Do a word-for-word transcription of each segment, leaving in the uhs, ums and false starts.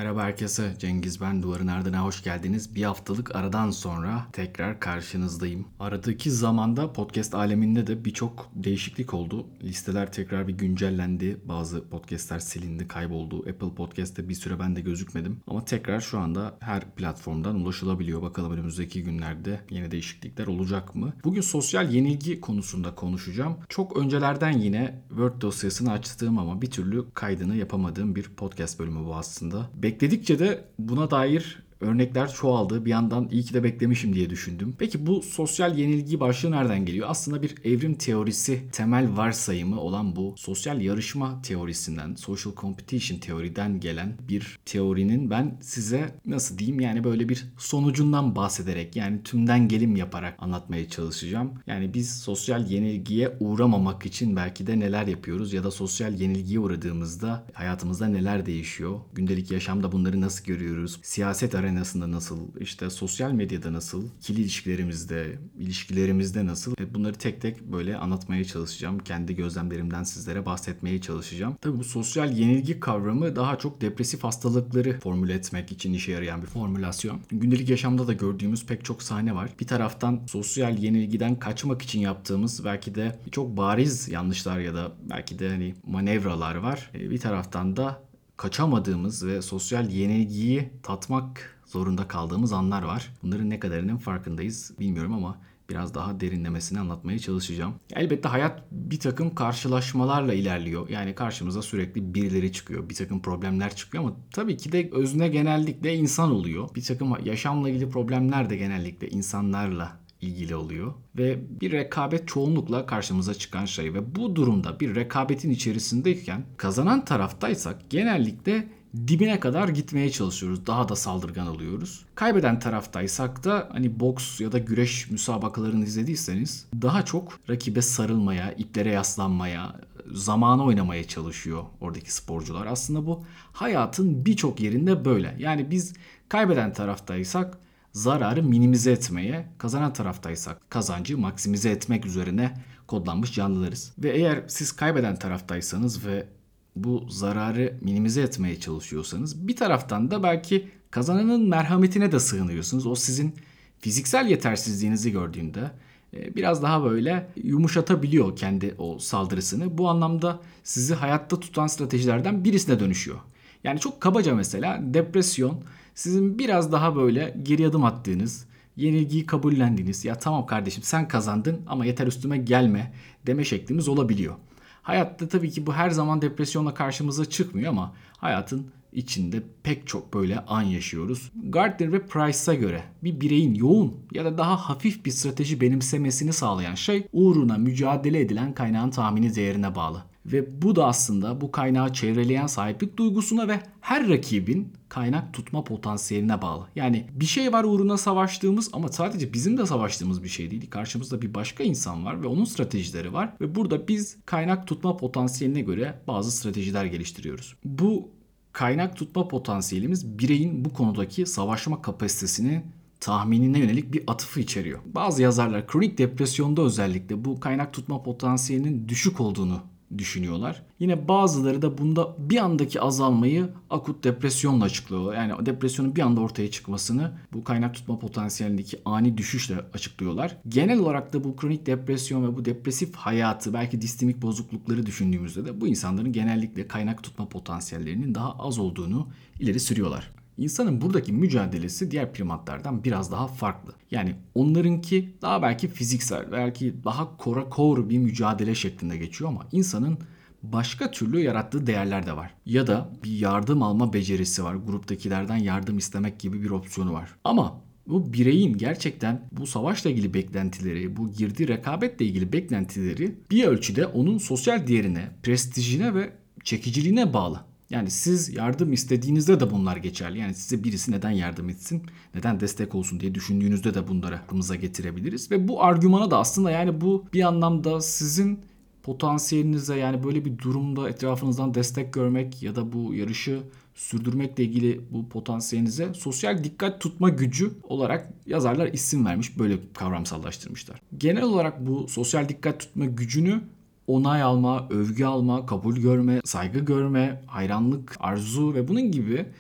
Merhaba herkese, Cengiz ben. Duvarın Ardına hoş geldiniz. Bir haftalık aradan sonra tekrar karşınızdayım. Aradaki zamanda podcast aleminde de birçok değişiklik oldu. Listeler tekrar bir güncellendi. Bazı podcastler silindi, kayboldu. Apple Podcast'te bir süre ben de gözükmedim. Ama tekrar şu anda her platformdan ulaşılabiliyor. Bakalım önümüzdeki günlerde yeni değişiklikler olacak mı? Bugün sosyal yenilgi konusunda konuşacağım. Çok öncelerden yine Word dosyasını açtığım ama bir türlü kaydını yapamadığım bir podcast bölümü bu aslında. Bekledikçe de buna dair örnekler çoğaldı. Bir yandan iyi ki de beklemişim diye düşündüm. Peki bu sosyal yenilgi başlığı nereden geliyor? Aslında bir evrim teorisi temel varsayımı olan bu sosyal yarışma teorisinden, social competition teoriden gelen bir teorinin ben size nasıl diyeyim yani böyle bir sonucundan bahsederek yani tümden gelim yaparak anlatmaya çalışacağım. Yani biz sosyal yenilgiye uğramamak için belki de neler yapıyoruz ya da sosyal yenilgiye uğradığımızda hayatımızda neler değişiyor? Gündelik yaşamda bunları nasıl görüyoruz? Siyaset arenasında nasıl, işte sosyal medyada nasıl, ikili ilişkilerimizde, ilişkilerimizde nasıl? Bunları tek tek böyle anlatmaya çalışacağım. Kendi gözlemlerimden sizlere bahsetmeye çalışacağım. Tabii bu sosyal yenilgi kavramı daha çok depresif hastalıkları formüle etmek için işe yarayan bir formülasyon. Gündelik yaşamda da gördüğümüz pek çok sahne var. Bir taraftan sosyal yenilgiden kaçmak için yaptığımız belki de çok bariz yanlışlar ya da belki de hani manevralar var. Bir taraftan da kaçamadığımız ve sosyal yenilgiyi tatmak zorunda kaldığımız anlar var. Bunların ne kadarının farkındayız bilmiyorum ama biraz daha derinlemesine anlatmaya çalışacağım. Elbette hayat bir takım karşılaşmalarla ilerliyor. Yani karşımıza sürekli birileri çıkıyor. Bir takım problemler çıkıyor ama tabii ki de özne genellikle insan oluyor. Bir takım yaşamla ilgili problemler de genellikle insanlarla ilgili oluyor ve bir rekabet çoğunlukla karşımıza çıkan şey ve bu durumda bir rekabetin içerisindeyken kazanan taraftaysak genellikle dibine kadar gitmeye çalışıyoruz. Daha da saldırgan oluyoruz. Kaybeden taraftaysak da hani boks ya da güreş müsabakalarını izlediyseniz daha çok rakibe sarılmaya, iplere yaslanmaya, zamana oynamaya çalışıyor oradaki sporcular. Aslında bu hayatın birçok yerinde böyle. Yani biz kaybeden taraftaysak zararı minimize etmeye, kazanan taraftaysak kazancı maksimize etmek üzerine kodlanmış canlılarız. Ve eğer siz kaybeden taraftaysanız ve bu zararı minimize etmeye çalışıyorsanız bir taraftan da belki kazananın merhametine de sığınıyorsunuz. O sizin fiziksel yetersizliğinizi gördüğünde biraz daha böyle yumuşatabiliyor kendi o saldırısını. Bu anlamda sizi hayatta tutan stratejilerden birisine dönüşüyor. Yani çok kabaca mesela depresyon sizin biraz daha böyle geri adım attığınız, yenilgiyi kabullendiğiniz, ya tamam kardeşim sen kazandın ama yeter üstüme gelme deme şeklimiz olabiliyor. Hayatta tabii ki bu her zaman depresyonla karşımıza çıkmıyor ama hayatın içinde pek çok böyle an yaşıyoruz. Gardner ve Price'a göre bir bireyin yoğun ya da daha hafif bir strateji benimsemesini sağlayan şey uğruna mücadele edilen kaynağın tahmini değerine bağlı. Ve bu da aslında bu kaynağı çevreleyen sahiplik duygusuna ve her rakibin kaynak tutma potansiyeline bağlı. Yani bir şey var uğruna savaştığımız ama sadece bizim de savaştığımız bir şey değil. Karşımızda bir başka insan var ve onun stratejileri var. Ve burada biz kaynak tutma potansiyeline göre bazı stratejiler geliştiriyoruz. Bu kaynak tutma potansiyelimiz bireyin bu konudaki savaşma kapasitesini tahminine yönelik bir atıfı içeriyor. Bazı yazarlar kronik depresyonda özellikle bu kaynak tutma potansiyelinin düşük olduğunu düşünüyorlar. Yine bazıları da bunda bir andaki azalmayı akut depresyonla açıklıyorlar. Yani depresyonun bir anda ortaya çıkmasını bu kaynak tutma potansiyelindeki ani düşüşle açıklıyorlar. Genel olarak da bu kronik depresyon ve bu depresif hayatı belki distimik bozuklukları düşündüğümüzde de bu insanların genellikle kaynak tutma potansiyellerinin daha az olduğunu ileri sürüyorlar. İnsanın buradaki mücadelesi diğer primatlardan biraz daha farklı. Yani onlarınki daha belki fiziksel, belki daha kora kor bir mücadele şeklinde geçiyor ama insanın başka türlü yarattığı değerler de var. Ya da bir yardım alma becerisi var. Gruptakilerden yardım istemek gibi bir opsiyonu var. Ama bu bireyin gerçekten bu savaşla ilgili beklentileri, bu girdiği rekabetle ilgili beklentileri bir ölçüde onun sosyal değerine, prestijine ve çekiciliğine bağlı. Yani siz yardım istediğinizde de bunlar geçerli. Yani size birisi neden yardım etsin, neden destek olsun diye düşündüğünüzde de bunları aklımıza getirebiliriz. Ve bu argümana da aslında yani bu bir anlamda sizin potansiyelinize yani böyle bir durumda etrafınızdan destek görmek ya da bu yarışı sürdürmekle ilgili bu potansiyelinize sosyal dikkat tutma gücü olarak yazarlar isim vermiş, böyle kavramsallaştırmışlar. Genel olarak bu sosyal dikkat tutma gücünü onay alma, övgü alma, kabul görme, saygı görme, hayranlık, arzu ve bunun gibi bir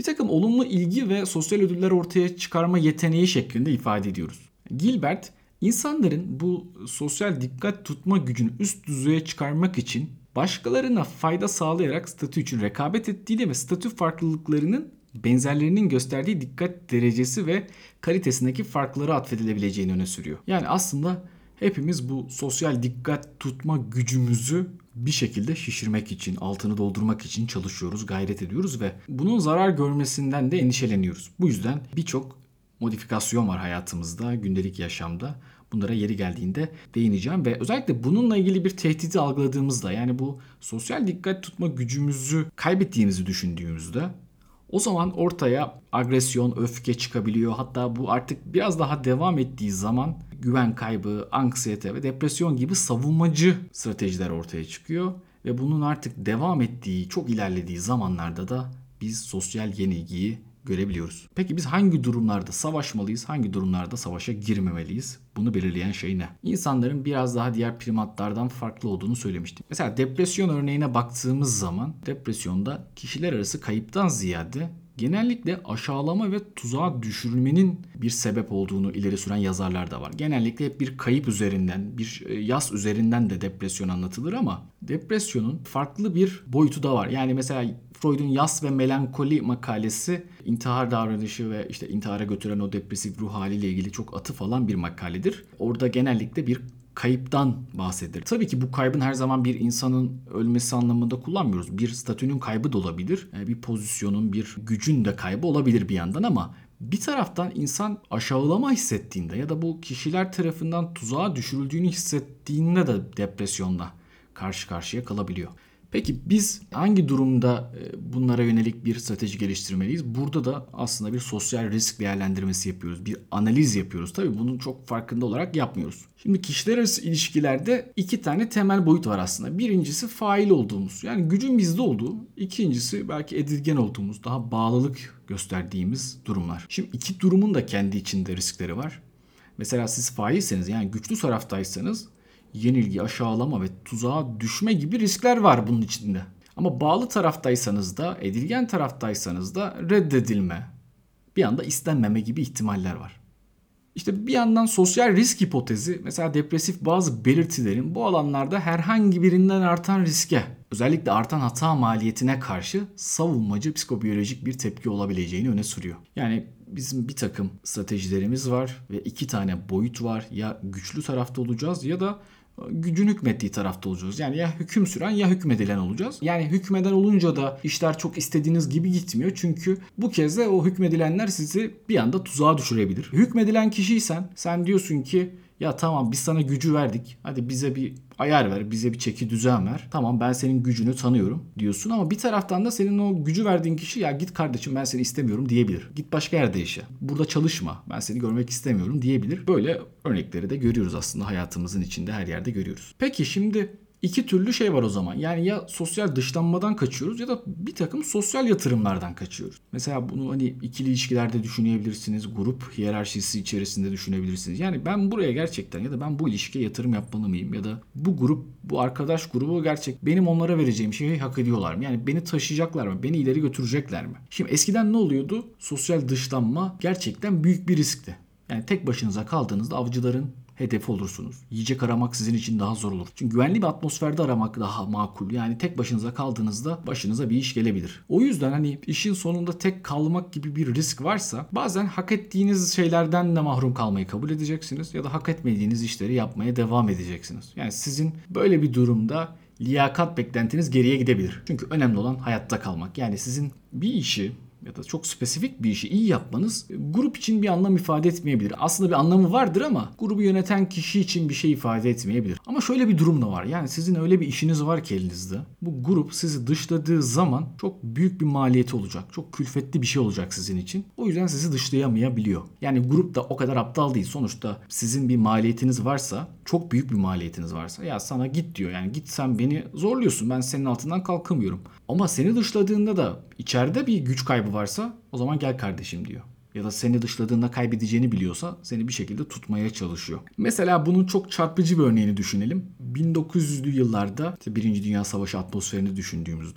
bir takım olumlu ilgi ve sosyal ödüller ortaya çıkarma yeteneği şeklinde ifade ediyoruz. Gilbert, insanların bu sosyal dikkat tutma gücünü üst düzeye çıkarmak için başkalarına fayda sağlayarak statü için rekabet ettiğini ve statü farklılıklarının benzerlerinin gösterdiği dikkat derecesi ve kalitesindeki farkları atfedilebileceğini öne sürüyor. Yani aslında hepimiz bu sosyal dikkat tutma gücümüzü bir şekilde şişirmek için, altını doldurmak için çalışıyoruz, gayret ediyoruz ve bunun zarar görmesinden de endişeleniyoruz. Bu yüzden birçok modifikasyon var hayatımızda, gündelik yaşamda. Bunlara yeri geldiğinde değineceğim ve özellikle bununla ilgili bir tehdidi algıladığımızda, yani bu sosyal dikkat tutma gücümüzü kaybettiğimizi düşündüğümüzde o zaman ortaya agresyon, öfke çıkabiliyor. Hatta bu artık biraz daha devam ettiği zaman güven kaybı, anksiyete ve depresyon gibi savunmacı stratejiler ortaya çıkıyor. Ve bunun artık devam ettiği, çok ilerlediği zamanlarda da biz sosyal yenilgiyi görebiliyoruz. Peki biz hangi durumlarda savaşmalıyız, hangi durumlarda savaşa girmemeliyiz? Bunu belirleyen şey ne? İnsanların biraz daha diğer primatlardan farklı olduğunu söylemiştim. Mesela depresyon örneğine baktığımız zaman depresyonda kişiler arası kayıptan ziyade genellikle aşağılama ve tuzağa düşürülmenin bir sebep olduğunu ileri süren yazarlar da var. Genellikle hep bir kayıp üzerinden, bir yas üzerinden de depresyon anlatılır ama depresyonun farklı bir boyutu da var. Yani mesela Freud'un Yas ve Melankoli makalesi intihar davranışı ve işte intihara götüren o depresif ruh haliyle ilgili çok atıf alan bir makaledir. Orada genellikle bir kayıptan bahsedilir. Tabii ki bu kaybın her zaman bir insanın ölmesi anlamında kullanmıyoruz. Bir statünün kaybı da olabilir. Bir pozisyonun, bir gücün de kaybı olabilir bir yandan ama bir taraftan insan aşağılama hissettiğinde ya da bu kişiler tarafından tuzağa düşürüldüğünü hissettiğinde de depresyonla karşı karşıya kalabiliyor. Peki biz hangi durumda bunlara yönelik bir strateji geliştirmeliyiz? Burada da aslında bir sosyal risk değerlendirmesi yapıyoruz. Bir analiz yapıyoruz. Tabii bunun çok farkında olarak yapmıyoruz. Şimdi kişiler arası ilişkilerde iki tane temel boyut var aslında. Birincisi fail olduğumuz, yani gücün bizde olduğu. İkincisi belki edilgen olduğumuz, daha bağlılık gösterdiğimiz durumlar. Şimdi iki durumun da kendi içinde riskleri var. Mesela siz failseniz, yani güçlü taraftaysanız yenilgi, aşağılama ve tuzağa düşme gibi riskler var bunun içinde. Ama bağlı taraftaysanız da, edilgen taraftaysanız da reddedilme, bir anda istenmeme gibi ihtimaller var. İşte bir yandan sosyal risk hipotezi, mesela depresif bazı belirtilerin bu alanlarda herhangi birinden artan riske, özellikle artan hata maliyetine karşı savunmacı psikobiyolojik bir tepki olabileceğini öne sürüyor. Yani bizim bir takım stratejilerimiz var ve iki tane boyut var. Ya güçlü tarafta olacağız ya da gücün hükmettiği tarafta olacağız. Yani ya hüküm süren ya hükmedilen olacağız. Yani hükmeden olunca da işler çok istediğiniz gibi gitmiyor. Çünkü bu kez de o hükmedilenler sizi bir anda tuzağa düşürebilir. Hükmedilen kişiysen sen diyorsun ki ya tamam biz sana gücü verdik. Hadi bize bir ayar ver, bize bir çeki düzen ver. Tamam ben senin gücünü tanıyorum diyorsun ama bir taraftan da senin o gücü verdiğin kişi ya git kardeşim ben seni istemiyorum diyebilir. Git başka yerde yaşa. Burada çalışma. Ben seni görmek istemiyorum diyebilir. Böyle örnekleri de görüyoruz aslında hayatımızın içinde, her yerde görüyoruz. Peki şimdi İki türlü şey var o zaman. Yani ya sosyal dışlanmadan kaçıyoruz ya da bir takım sosyal yatırımlardan kaçıyoruz. Mesela bunu hani ikili ilişkilerde düşünebilirsiniz. Grup hiyerarşisi içerisinde düşünebilirsiniz. Yani ben buraya gerçekten ya da ben bu ilişkiye yatırım yapmalı mıyım? Ya da bu grup, bu arkadaş grubu gerçek benim onlara vereceğim şeyi hak ediyorlar mı? Yani beni taşıyacaklar mı? Beni ileri götürecekler mi? Şimdi eskiden ne oluyordu? Sosyal dışlanma gerçekten büyük bir riskti. Yani tek başınıza kaldığınızda avcıların hedefi olursunuz. Yiyecek aramak sizin için daha zor olur. Çünkü güvenli bir atmosferde aramak daha makul. Yani tek başınıza kaldığınızda başınıza bir iş gelebilir. O yüzden hani işin sonunda tek kalmak gibi bir risk varsa bazen hak ettiğiniz şeylerden de mahrum kalmayı kabul edeceksiniz ya da hak etmediğiniz işleri yapmaya devam edeceksiniz. Yani sizin böyle bir durumda liyakat beklentiniz geriye gidebilir. Çünkü önemli olan hayatta kalmak. Yani sizin bir işi ya da çok spesifik bir işi iyi yapmanız grup için bir anlam ifade etmeyebilir. Aslında bir anlamı vardır ama grubu yöneten kişi için bir şey ifade etmeyebilir. Ama şöyle bir durum da var. Yani sizin öyle bir işiniz var ki elinizde. Bu grup sizi dışladığı zaman çok büyük bir maliyeti olacak. Çok külfetli bir şey olacak sizin için. O yüzden sizi dışlayamayabiliyor. Yani grup da o kadar aptal değil. Sonuçta sizin bir maliyetiniz varsa, çok büyük bir maliyetiniz varsa ya sana git diyor. Yani git sen beni zorluyorsun. Ben senin altından kalkamıyorum. Ama seni dışladığında da içeride bir güç kaybı varsa o zaman gel kardeşim diyor. Ya da seni dışladığında kaybedeceğini biliyorsa seni bir şekilde tutmaya çalışıyor. Mesela bunun çok çarpıcı bir örneğini düşünelim. bin dokuz yüzlü yıllarda işte Birinci Dünya Savaşı atmosferini düşündüğümüzde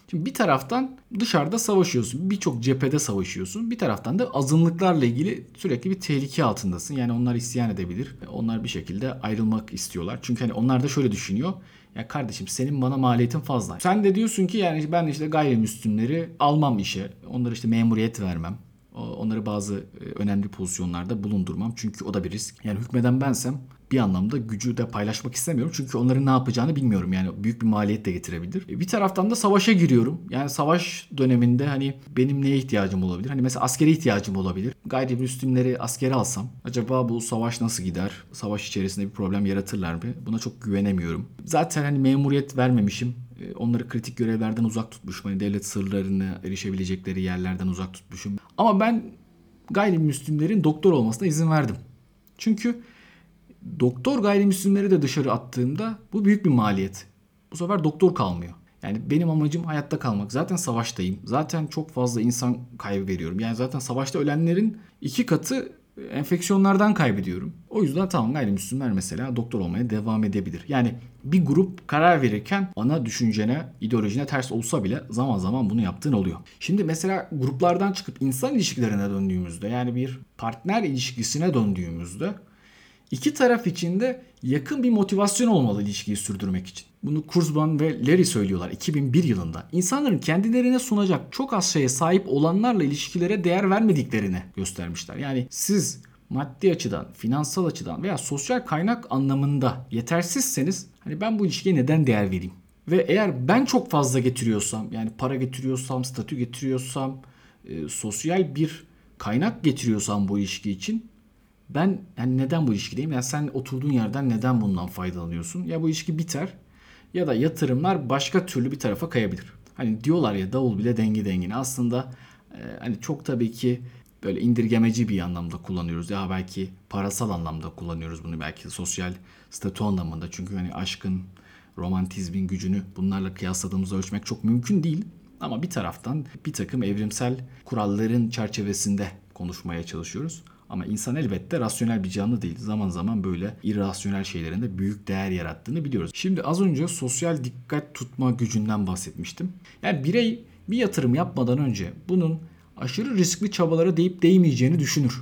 Şimdi bir taraftan dışarıda savaşıyorsun. Birçok cephede savaşıyorsun. Bir taraftan da azınlıklarla ilgili sürekli bir tehlike altındasın. Yani onlar isyan edebilir. Onlar bir şekilde ayrılmak istiyorlar. Çünkü hani onlar da şöyle düşünüyor. Ya kardeşim senin bana maliyetin fazla. Sen de diyorsun ki yani ben işte gayrimüslimleri almam işe. Onlara işte memuriyet vermem. Onları bazı önemli pozisyonlarda bulundurmam. Çünkü o da bir risk. Yani hükmeden bensem bir anlamda gücü de paylaşmak istemiyorum. Çünkü onların ne yapacağını bilmiyorum. Yani büyük bir maliyet de getirebilir. Bir taraftan da savaşa giriyorum. Yani savaş döneminde hani benim neye ihtiyacım olabilir? Hani mesela askere ihtiyacım olabilir. Gayrimüslimleri askere alsam acaba bu savaş nasıl gider? Savaş içerisinde bir problem yaratırlar mı? Buna çok güvenemiyorum. Zaten hani memuriyet vermemişim. Onları kritik görevlerden uzak tutmuşum. Hani devlet sırlarına erişebilecekleri yerlerden uzak tutmuşum. Ama ben gayrimüslimlerin doktor olmasına izin verdim. Çünkü doktor gayrimüslimleri de dışarı attığımda bu büyük bir maliyet. Bu sefer doktor kalmıyor. Yani benim amacım hayatta kalmak. Zaten savaştayım. Zaten çok fazla insan kaybı veriyorum. Yani zaten savaşta ölenlerin iki katı enfeksiyonlardan kaybediyorum. O yüzden tamam gayrimüslimler mesela doktor olmaya devam edebilir. Yani bir grup karar verirken ana düşüncene, ideolojine ters olsa bile zaman zaman bunu yaptığın oluyor. Şimdi mesela gruplardan çıkıp insan ilişkilerine döndüğümüzde yani bir partner ilişkisine döndüğümüzde İki taraf için de yakın bir motivasyon olmalı ilişkiyi sürdürmek için. Bunu Kurzban ve Larry söylüyorlar iki bin bir yılında. İnsanların kendilerine sunacak çok az şeye sahip olanlarla ilişkilere değer vermediklerini göstermişler. Yani siz maddi açıdan, finansal açıdan veya sosyal kaynak anlamında yetersizseniz hani ben bu ilişkiye neden değer vereyim? Ve eğer ben çok fazla getiriyorsam yani para getiriyorsam, statü getiriyorsam, e, sosyal bir kaynak getiriyorsam bu ilişki için ben yani neden bu ilişkideyim? Yani sen oturduğun yerden neden bundan faydalanıyorsun? Ya bu ilişki biter ya da yatırımlar başka türlü bir tarafa kayabilir. Hani diyorlar ya davul bile dengi dengine. Aslında e, hani çok tabii ki böyle indirgemeci bir anlamda kullanıyoruz. Ya belki parasal anlamda kullanıyoruz bunu. Belki sosyal statü anlamında. Çünkü hani aşkın, romantizmin gücünü bunlarla kıyasladığımızda ölçmek çok mümkün değil. Ama bir taraftan bir takım evrimsel kuralların çerçevesinde konuşmaya çalışıyoruz. Ama insan elbette rasyonel bir canlı değil. Zaman zaman böyle irrasyonel şeylerin de büyük değer yarattığını biliyoruz. Şimdi az önce sosyal dikkat tutma gücünden bahsetmiştim. Yani birey bir yatırım yapmadan önce bunun aşırı riskli çabalara değip değmeyeceğini düşünür.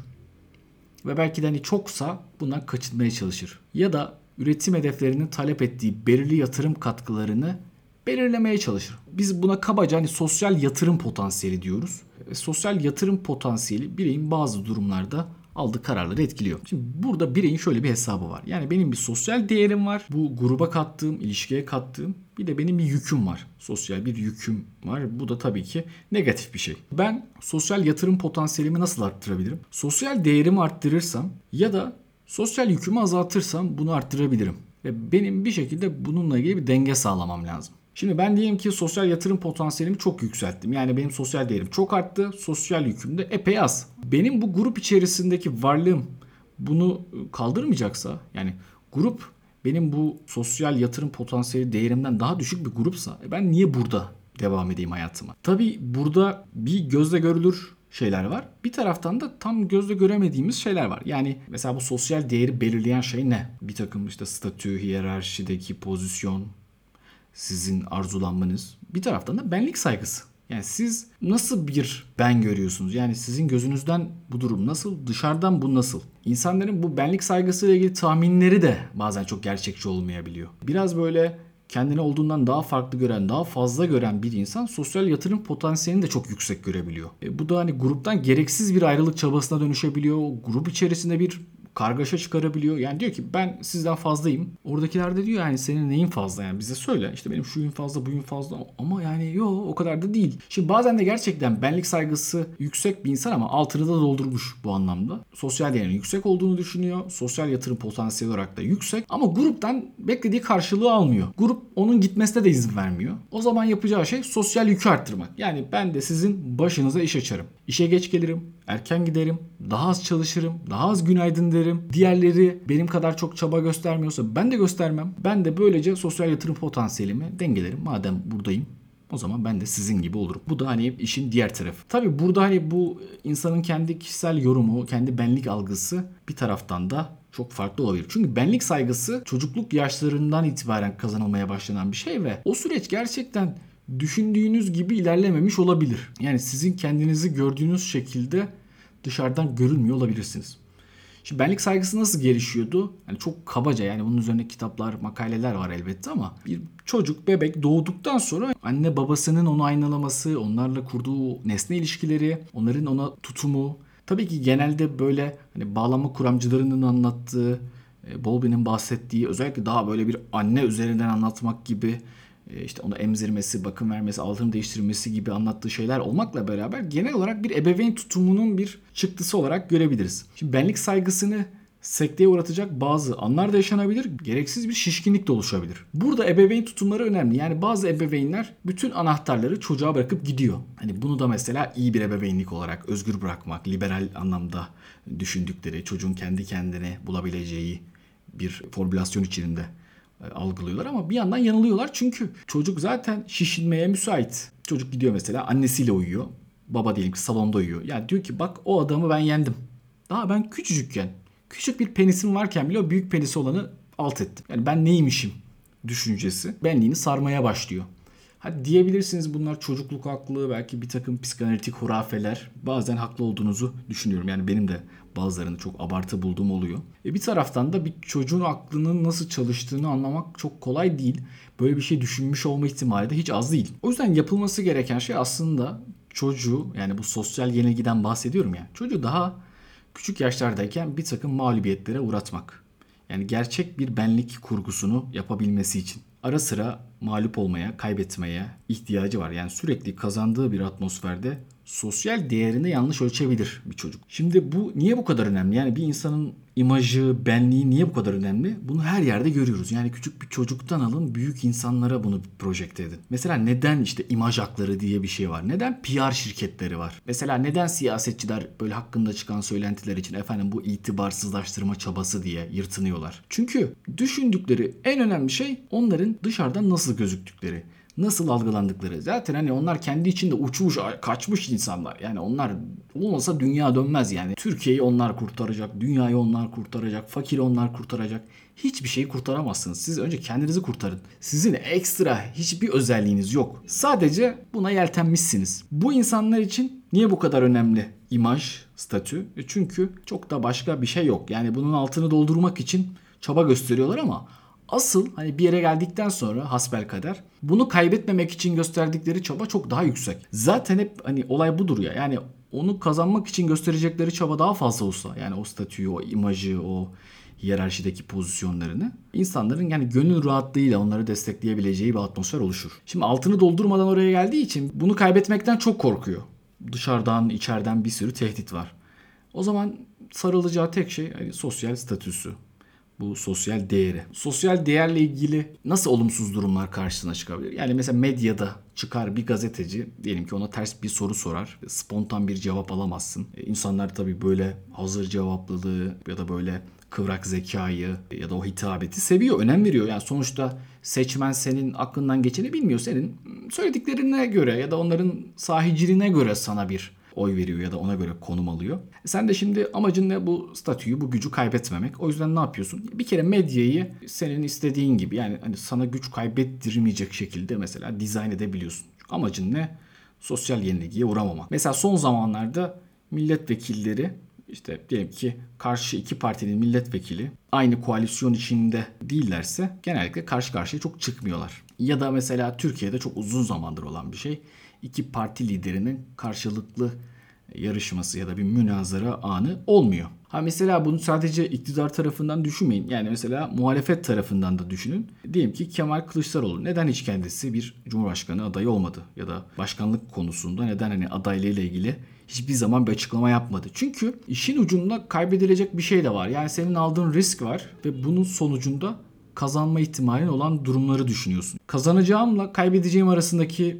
Ve belki de hani çoksa bundan kaçınmaya çalışır. Ya da üretim hedeflerinin talep ettiği belirli yatırım katkılarını belirlemeye çalışır. Biz buna kabaca hani sosyal yatırım potansiyeli diyoruz. E, sosyal yatırım potansiyeli bireyin bazı durumlarda aldığı kararları etkiliyor. Şimdi burada bireyin şöyle bir hesabı var. Yani benim bir sosyal değerim var. Bu gruba kattığım, ilişkiye kattığım bir de benim bir yüküm var. Sosyal bir yüküm var. Bu da tabii ki negatif bir şey. Ben sosyal yatırım potansiyelimi nasıl arttırabilirim? Sosyal değerimi arttırırsam ya da sosyal yükümü azaltırsam bunu arttırabilirim. Ve benim bir şekilde bununla ilgili bir denge sağlamam lazım. Şimdi ben diyelim ki sosyal yatırım potansiyelimi çok yükselttim. Yani benim sosyal değerim çok arttı. Sosyal yüküm de epey az. Benim bu grup içerisindeki varlığım bunu kaldırmayacaksa yani grup benim bu sosyal yatırım potansiyeli değerimden daha düşük bir grupsa ben niye burada devam edeyim hayatıma? Tabii burada bir gözle görülür şeyler var. Bir taraftan da tam gözle göremediğimiz şeyler var. Yani mesela bu sosyal değeri belirleyen şey ne? Bir takım işte statü, hiyerarşideki pozisyon, sizin arzulanmanız. Bir taraftan da benlik saygısı. Yani siz nasıl bir ben görüyorsunuz? Yani sizin gözünüzden bu durum nasıl? Dışarıdan bu nasıl? İnsanların bu benlik saygısıyla ilgili tahminleri de bazen çok gerçekçi olmayabiliyor. Biraz böyle kendini olduğundan daha farklı gören, daha fazla gören bir insan sosyal yatırım potansiyelini de çok yüksek görebiliyor. E bu da hani gruptan gereksiz bir ayrılık çabasına dönüşebiliyor. Grup içerisinde bir kargaşa çıkarabiliyor. Yani diyor ki ben sizden fazlayım. Oradakiler de diyor yani senin neyin fazla yani bize söyle. İşte benim şuyum fazla buyum fazla ama yani yok o kadar da değil. Şimdi bazen de gerçekten benlik saygısı yüksek bir insan ama altını da doldurmuş bu anlamda. Sosyal değerinin yüksek olduğunu düşünüyor. Sosyal yatırım potansiyeli olarak da yüksek ama gruptan beklediği karşılığı almıyor. Grup onun gitmesine de izin vermiyor. O zaman yapacağı şey sosyal yükü arttırmak. Yani ben de sizin başınıza iş açarım. İşe geç gelirim, erken giderim, daha az çalışırım, daha az günaydın derim. Diğerleri benim kadar çok çaba göstermiyorsa ben de göstermem. Ben de böylece sosyal yatırım potansiyelimi dengelerim. Madem buradayım o zaman ben de sizin gibi olurum. Bu da hani işin diğer tarafı. Tabii burada hani bu insanın kendi kişisel yorumu, kendi benlik algısı bir taraftan da çok farklı olabilir. Çünkü benlik saygısı çocukluk yaşlarından itibaren kazanılmaya başlanan bir şey ve o süreç gerçekten düşündüğünüz gibi ilerlememiş olabilir. Yani sizin kendinizi gördüğünüz şekilde dışarıdan görülmüyor olabilirsiniz. Şimdi benlik saygısı nasıl gelişiyordu? Yani çok kabaca, yani bunun üzerine kitaplar, makaleler var elbette ama bir çocuk, bebek doğduktan sonra anne babasının onu aynalaması, onlarla kurduğu nesne ilişkileri, onların ona tutumu, tabii ki genelde böyle hani bağlanma kuramcılarının anlattığı, Bowlby'nin bahsettiği, özellikle daha böyle bir anne üzerinden anlatmak gibi, işte onu emzirmesi, bakım vermesi, altını değiştirmesi gibi anlattığı şeyler olmakla beraber genel olarak bir ebeveyn tutumunun bir çıktısı olarak görebiliriz. Şimdi benlik saygısını sekteye uğratacak bazı anlar da yaşanabilir, gereksiz bir şişkinlik de oluşabilir. Burada ebeveyn tutumları önemli. Yani bazı ebeveynler bütün anahtarları çocuğa bırakıp gidiyor. Hani bunu da mesela iyi bir ebeveynlik olarak özgür bırakmak, liberal anlamda düşündükleri, çocuğun kendi kendine bulabileceği bir formülasyon içinde algılıyorlar ama bir yandan yanılıyorlar. Çünkü çocuk zaten şişinmeye müsait. Çocuk gidiyor mesela annesiyle uyuyor. Baba diyelim ki salonda uyuyor. Yani diyor ki bak, o adamı ben yendim. Daha ben küçücükken, küçük bir penisim varken bile o büyük penisi olanı alt ettim. Yani ben neymişim düşüncesi benliğini sarmaya başlıyor. Hadi diyebilirsiniz bunlar çocukluk haklı, belki bir takım psikanalitik hurafeler. Bazen haklı olduğunuzu düşünüyorum. Yani benim de bazılarını çok abartı bulduğum oluyor. E bir taraftan da bir çocuğun aklının nasıl çalıştığını anlamak çok kolay değil. Böyle bir şey düşünmüş olma ihtimali de hiç az değil. O yüzden yapılması gereken şey aslında çocuğu, yani bu sosyal yenilgiden bahsediyorum ya. Çocuğu daha küçük yaşlardayken bir takım mağlubiyetlere uğratmak. Yani gerçek bir benlik kurgusunu yapabilmesi için. Ara sıra mağlup olmaya, kaybetmeye ihtiyacı var. Yani sürekli kazandığı bir atmosferde sosyal değerini yanlış ölçebilir bir çocuk. Şimdi bu niye bu kadar önemli? Yani bir insanın imajı, benliği niye bu kadar önemli? Bunu her yerde görüyoruz. Yani küçük bir çocuktan alın, büyük insanlara bunu projekte edin. Mesela neden işte imaj hakları diye bir şey var? Neden P R şirketleri var? Mesela neden siyasetçiler böyle hakkında çıkan söylentiler için efendim bu itibarsızlaştırma çabası diye yırtınıyorlar? Çünkü düşündükleri en önemli şey onların dışarıdan nasıl gözüktükleri, nasıl algılandıkları. Zaten hani onlar kendi içinde uçmuş, kaçmış insanlar. Yani onlar olmasa dünya dönmez yani. Türkiye'yi onlar kurtaracak, dünyayı onlar kurtaracak, fakiri onlar kurtaracak. Hiçbir şeyi kurtaramazsınız. Siz önce kendinizi kurtarın. Sizin ekstra hiçbir özelliğiniz yok. Sadece buna yeltenmişsiniz. Bu insanlar için niye bu kadar önemli imaj, statü? Çünkü çok da başka bir şey yok. Yani bunun altını doldurmak için çaba gösteriyorlar ama asıl hani bir yere geldikten sonra hasbelkader bunu kaybetmemek için gösterdikleri çaba çok daha yüksek. Zaten hep hani olay budur ya. Yani onu kazanmak için gösterecekleri çaba daha fazla olsa, yani o statüyü, o imajı, o hiyerarşideki pozisyonlarını, insanların yani gönül rahatlığıyla onları destekleyebileceği bir atmosfer oluşur. Şimdi altını doldurmadan oraya geldiği için bunu kaybetmekten çok korkuyor. Dışarıdan, içeriden bir sürü tehdit var. O zaman sarılacağı tek şey hani sosyal statüsü. Bu sosyal değeri. Sosyal değerle ilgili nasıl olumsuz durumlar karşısına çıkabilir? Yani mesela medyada çıkar bir gazeteci, diyelim ki ona ters bir soru sorar. Spontan bir cevap alamazsın. İnsanlar tabii böyle hazır cevaplılığı ya da böyle kıvrak zekayı ya da o hitabeti seviyor, önem veriyor. Yani sonuçta seçmen senin aklından geçeni bilmiyor. Senin söylediklerine göre ya da onların sahiciliğine göre sana bir oy veriyor ya da ona göre konum alıyor. Sen de şimdi amacın ne? Bu statüyü, bu gücü kaybetmemek. O yüzden ne yapıyorsun? Bir kere medyayı senin istediğin gibi, yani hani sana güç kaybettirmeyecek şekilde mesela dizayn edebiliyorsun. Amacın ne? Sosyal yenilgiye uğramamak. Mesela son zamanlarda milletvekilleri, işte diyelim ki karşı iki partinin milletvekili aynı koalisyon içinde değillerse genellikle karşı karşıya çok çıkmıyorlar. Ya da mesela Türkiye'de çok uzun zamandır olan bir şey, iki parti liderinin karşılıklı yarışması ya da bir münazara anı olmuyor. Ha mesela bunu sadece iktidar tarafından düşünmeyin. Yani mesela muhalefet tarafından da düşünün. Diyelim ki Kemal Kılıçdaroğlu neden hiç kendisi bir cumhurbaşkanı adayı olmadı? Ya da başkanlık konusunda neden hani adaylığıyla ilgili hiçbir zaman bir açıklama yapmadı? Çünkü işin ucunda kaybedilecek bir şey de var. Yani senin aldığın risk var ve bunun sonucunda kazanma ihtimalin olan durumları düşünüyorsun. Kazanacağımla kaybedeceğim arasındaki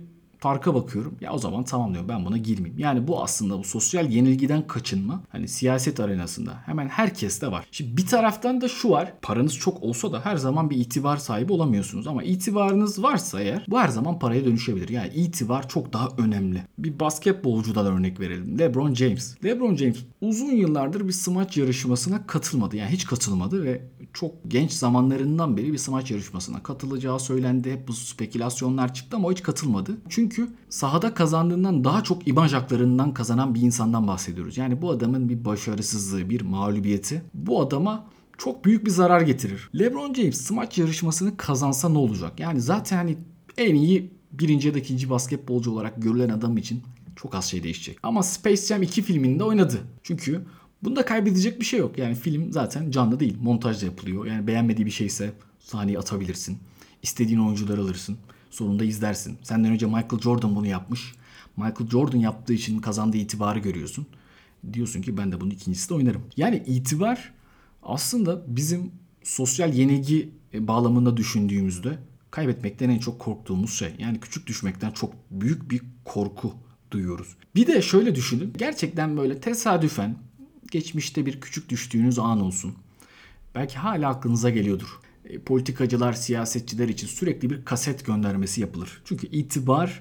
farka bakıyorum. Ya o zaman tamam diyorum, ben buna girmeyeyim. Yani bu aslında bu sosyal yenilgiden kaçınma hani siyaset arenasında hemen herkeste var. Şimdi bir taraftan da şu var. Paranız çok olsa da her zaman bir itibar sahibi olamıyorsunuz. Ama itibarınız varsa eğer bu her zaman paraya dönüşebilir. Yani itibar çok daha önemli. Bir basketbolcudan örnek verelim. LeBron James. LeBron James uzun yıllardır bir smaç yarışmasına katılmadı. Yani hiç katılmadı ve çok genç zamanlarından beri bir smaç yarışmasına katılacağı söylendi. Hep bu spekülasyonlar çıktı ama o hiç katılmadı. Çünkü sahada kazandığından daha çok imaj haklarından kazanan bir insandan bahsediyoruz. Yani bu adamın bir başarısızlığı, bir mağlubiyeti bu adama çok büyük bir zarar getirir. LeBron James smaç yarışmasını kazansa ne olacak? Yani zaten hani en iyi birinci ya da ikinci basketbolcu olarak görülen adam için çok az şey değişecek. Ama Space Jam iki filminde oynadı. Çünkü bunda kaybedecek bir şey yok. Yani film zaten canlı değil. Montajla yapılıyor. Yani beğenmediği bir şeyse sahneye atabilirsin. İstediğin oyuncuları alırsın. Sonunda izlersin. Senden önce Michael Jordan bunu yapmış. Michael Jordan yaptığı için kazandığı itibarı görüyorsun. Diyorsun ki ben de bunun ikincisi de oynarım. Yani itibar aslında bizim sosyal yenilgi bağlamında düşündüğümüzde kaybetmekten en çok korktuğumuz şey. Yani küçük düşmekten çok büyük bir korku duyuyoruz. Bir de şöyle düşünün. Gerçekten böyle tesadüfen geçmişte bir küçük düştüğünüz an olsun. Belki hala aklınıza geliyordur. E, politikacılar, siyasetçiler için sürekli bir kaset göndermesi yapılır. Çünkü itibar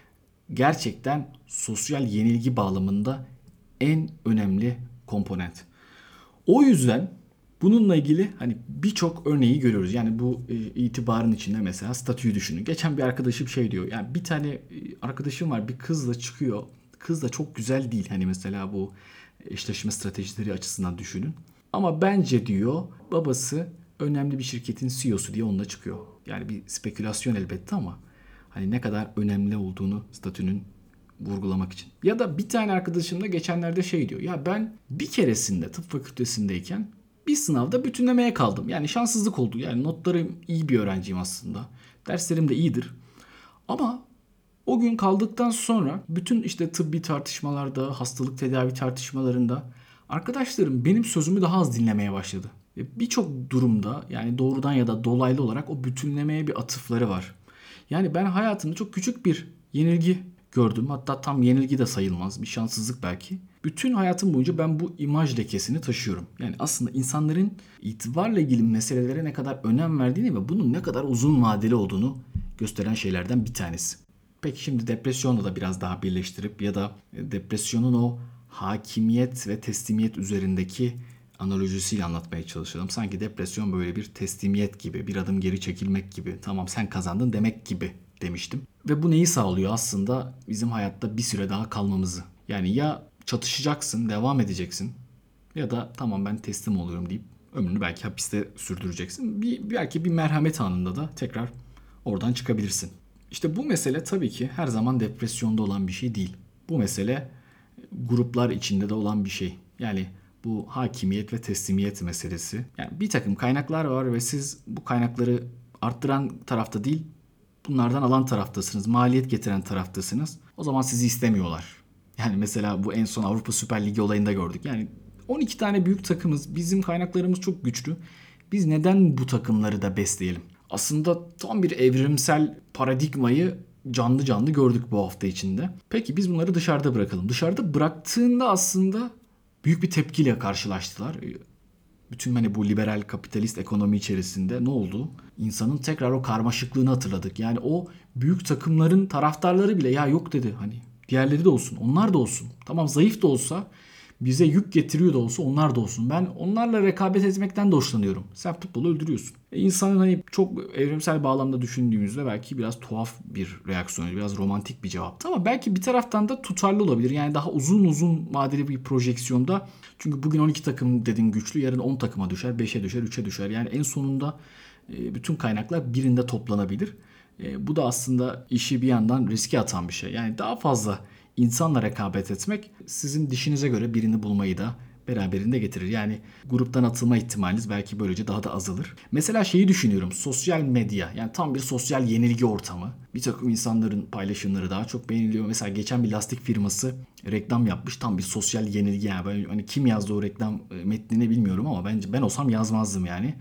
gerçekten sosyal yenilgi bağlamında en önemli komponent. O yüzden bununla ilgili hani birçok örneği görüyoruz. Yani bu e, itibarın içinde mesela statüyü düşünün. Geçen bir arkadaşım şey diyor. Yani bir tane e, arkadaşım var, bir kızla çıkıyor. Kız da çok güzel değil. Hani mesela bu eşleşme stratejileri açısından düşünün. Ama bence diyor babası önemli bir şirketin C E O'su diye onunla çıkıyor. Yani bir spekülasyon elbette ama hani ne kadar önemli olduğunu statünün vurgulamak için. Ya da bir tane arkadaşım da geçenlerde şey diyor. Ya ben bir keresinde tıp fakültesindeyken bir sınavda bütünlemeye kaldım. Yani şanssızlık oldu. Yani notlarım iyi bir öğrenciyim aslında. Derslerim de iyidir. Ama o gün kaldıktan sonra bütün işte tıbbi tartışmalarda, hastalık tedavi tartışmalarında arkadaşlarım benim sözümü daha az dinlemeye başladı. Birçok durumda yani doğrudan ya da dolaylı olarak o bütünlemeye bir atıfları var. Yani ben hayatımda çok küçük bir yenilgi gördüm. Hatta tam yenilgi de sayılmaz. Bir şanssızlık belki. Bütün hayatım boyunca ben bu imaj lekesini taşıyorum. Yani aslında insanların itibarla ilgili meselelere ne kadar önem verdiğini ve bunun ne kadar uzun vadeli olduğunu gösteren şeylerden bir tanesi. Peki şimdi depresyonla da biraz daha birleştirip ya da depresyonun o hakimiyet ve teslimiyet üzerindeki analojisiyle anlatmaya çalışalım. Sanki depresyon böyle bir teslimiyet gibi, bir adım geri çekilmek gibi, tamam sen kazandın demek gibi demiştim. Ve bu neyi sağlıyor aslında? Bizim hayatta bir süre daha kalmamızı. Yani ya çatışacaksın, devam edeceksin ya da tamam ben teslim oluyorum deyip ömrünü belki hapiste sürdüreceksin. Bir, belki bir merhamet anında da tekrar oradan çıkabilirsin. İşte bu mesele tabii ki her zaman depresyonda olan bir şey değil. Bu mesele gruplar içinde de olan bir şey. Yani bu hakimiyet ve teslimiyet meselesi. Yani bir takım kaynaklar var ve siz bu kaynakları arttıran tarafta değil, bunlardan alan taraftasınız, maliyet getiren taraftasınız. O zaman sizi istemiyorlar. Yani mesela bu en son Avrupa Süper Ligi olayında gördük. Yani on iki tane büyük takımız, bizim kaynaklarımız çok güçlü. Biz neden bu takımları da besleyelim? Aslında tam bir evrimsel paradigmayı canlı canlı gördük bu hafta içinde. Peki biz bunları dışarıda bırakalım. Dışarıda bıraktığında aslında büyük bir tepkiyle karşılaştılar. Bütün hani bu liberal kapitalist ekonomi içerisinde ne oldu? İnsanın tekrar o karmaşıklığını hatırladık. Yani o büyük takımların taraftarları bile ya yok dedi hani diğerleri de olsun, onlar da olsun. Tamam zayıf da olsa bize yük getiriyor da olsa onlar da olsun. Ben onlarla rekabet etmekten de hoşlanıyorum. Sen futbolu öldürüyorsun. E insanın hani çok evrimsel bağlamda düşündüğümüzde belki biraz tuhaf bir reaksiyon, biraz romantik bir cevaptı ama belki bir taraftan da tutarlı olabilir. Yani daha uzun uzun vadeli bir projeksiyonda. Çünkü bugün on iki takım dedin güçlü, yarın on takıma düşer, beşe düşer, üçe düşer. Yani en sonunda bütün kaynaklar birinde toplanabilir. Bu da aslında işi bir yandan riske atan bir şey. Yani daha fazla insanla rekabet etmek sizin dişinize göre birini bulmayı da beraberinde getirir. Yani gruptan atılma ihtimaliniz belki böylece daha da azalır. Mesela şeyi düşünüyorum. Sosyal medya. Yani tam bir sosyal yenilgi ortamı. Bir takım insanların paylaşımları daha çok beğeniliyor. Mesela geçen bir lastik firması reklam yapmış. Tam bir sosyal yenilgi. Yani ben, hani kim yazdı o reklam metnini bilmiyorum ama bence ben olsam yazmazdım yani.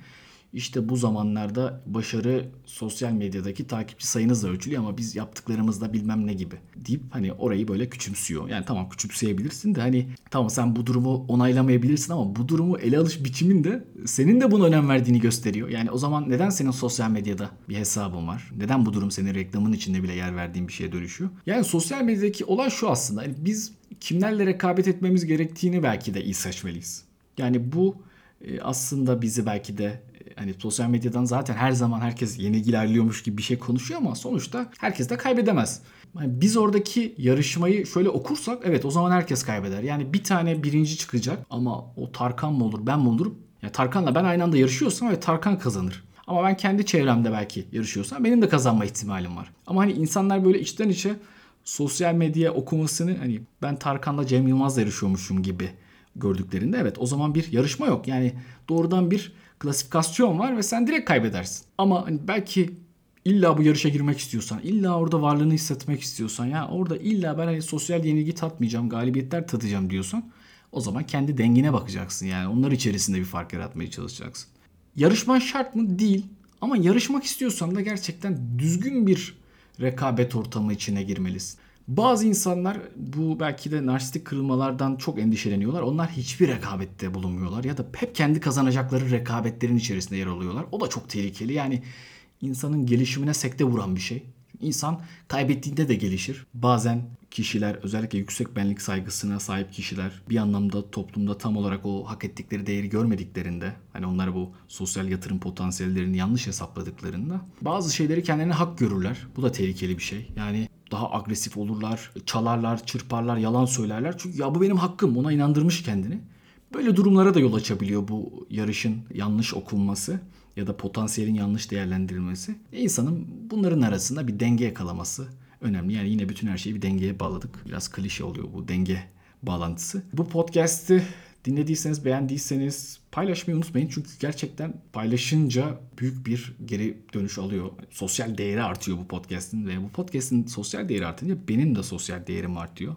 İşte bu zamanlarda başarı sosyal medyadaki takipçi sayınızla ölçülüyor ama biz yaptıklarımızda bilmem ne gibi deyip hani orayı böyle küçümsüyor. Yani tamam küçümseyebilirsin de hani tamam sen bu durumu onaylamayabilirsin ama bu durumu ele alış biçimin de senin de buna önem verdiğini gösteriyor. Yani o zaman neden senin sosyal medyada bir hesabın var? Neden bu durum senin reklamın içinde bile yer verdiğin bir şeye dönüşüyor? Yani sosyal medyadaki olay şu aslında. Yani biz kimlerle rekabet etmemiz gerektiğini belki de iyi seçmeliyiz. Yani bu e, aslında bizi belki de e, hani sosyal medyadan zaten her zaman herkes yenilgi ilerliyormuş gibi bir şey konuşuyor ama sonuçta herkes de kaybedemez. Yani biz oradaki yarışmayı şöyle okursak evet o zaman herkes kaybeder. Yani bir tane birinci çıkacak ama o Tarkan mı olur ben mi olurum? Ya Tarkan'la ben aynı anda yarışıyorsam evet Tarkan kazanır. Ama ben kendi çevremde belki yarışıyorsam benim de kazanma ihtimalim var. Ama hani insanlar böyle içten içe sosyal medya okumasını hani ben Tarkan'la Cem Yılmaz'la yarışıyormuşum gibi gördüklerinde evet o zaman bir yarışma yok. Yani doğrudan bir klasifikasyon var ve sen direkt kaybedersin. Ama hani belki illa bu yarışa girmek istiyorsan, illa orada varlığını hissetmek istiyorsan, ya orada illa ben hani sosyal yenilgi tatmayacağım, galibiyetler tadacağım diyorsan o zaman kendi dengine bakacaksın. Yani onlar içerisinde bir fark yaratmaya çalışacaksın. Yarışman şart mı? Değil. Ama yarışmak istiyorsan da gerçekten düzgün bir rekabet ortamı içine girmelisin. Bazı insanlar bu belki de narsistik kırılmalardan çok endişeleniyorlar. Onlar hiçbir rekabette bulunmuyorlar ya da hep kendi kazanacakları rekabetlerin içerisinde yer alıyorlar. O da çok tehlikeli. Yani insanın gelişimine sekte vuran bir şey. İnsan kaybettiğinde de gelişir. Bazen kişiler özellikle yüksek benlik saygısına sahip kişiler bir anlamda toplumda tam olarak o hak ettikleri değeri görmediklerinde hani onlar bu sosyal yatırım potansiyellerini yanlış hesapladıklarında bazı şeyleri kendilerine hak görürler. Bu da tehlikeli bir şey. Yani daha agresif olurlar, çalarlar, çırparlar, yalan söylerler. Çünkü ya bu benim hakkım ona inandırmış kendini. Böyle durumlara da yol açabiliyor bu yarışın yanlış okunması ya da potansiyelin yanlış değerlendirilmesi. E insanın bunların arasında bir denge yakalaması önemli. Yani yine bütün her şeyi bir dengeye bağladık. Biraz klişe oluyor bu denge bağlantısı. Bu podcast'i dinlediyseniz, beğendiyseniz paylaşmayı unutmayın. Çünkü gerçekten paylaşınca büyük bir geri dönüş alıyor. Sosyal değeri artıyor bu podcast'in ve bu podcast'in sosyal değeri artınca benim de sosyal değerim artıyor.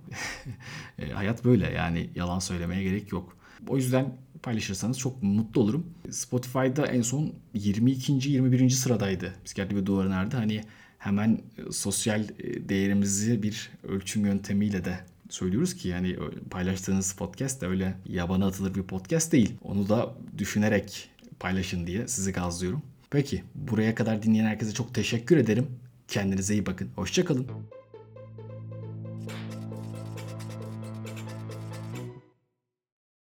e, hayat böyle yani yalan söylemeye gerek yok. O yüzden paylaşırsanız çok mutlu olurum. Spotify'da en son yirmi ikinci yirmi birinci sıradaydı. Psikiyatri ve Duvarı Nerede? Hani hemen sosyal değerimizi bir ölçüm yöntemiyle de söylüyoruz ki yani paylaştığınız podcast de öyle yabana atılır bir podcast değil. Onu da düşünerek paylaşın diye sizi gazlıyorum. Peki buraya kadar dinleyen herkese çok teşekkür ederim. Kendinize iyi bakın. Hoşça kalın.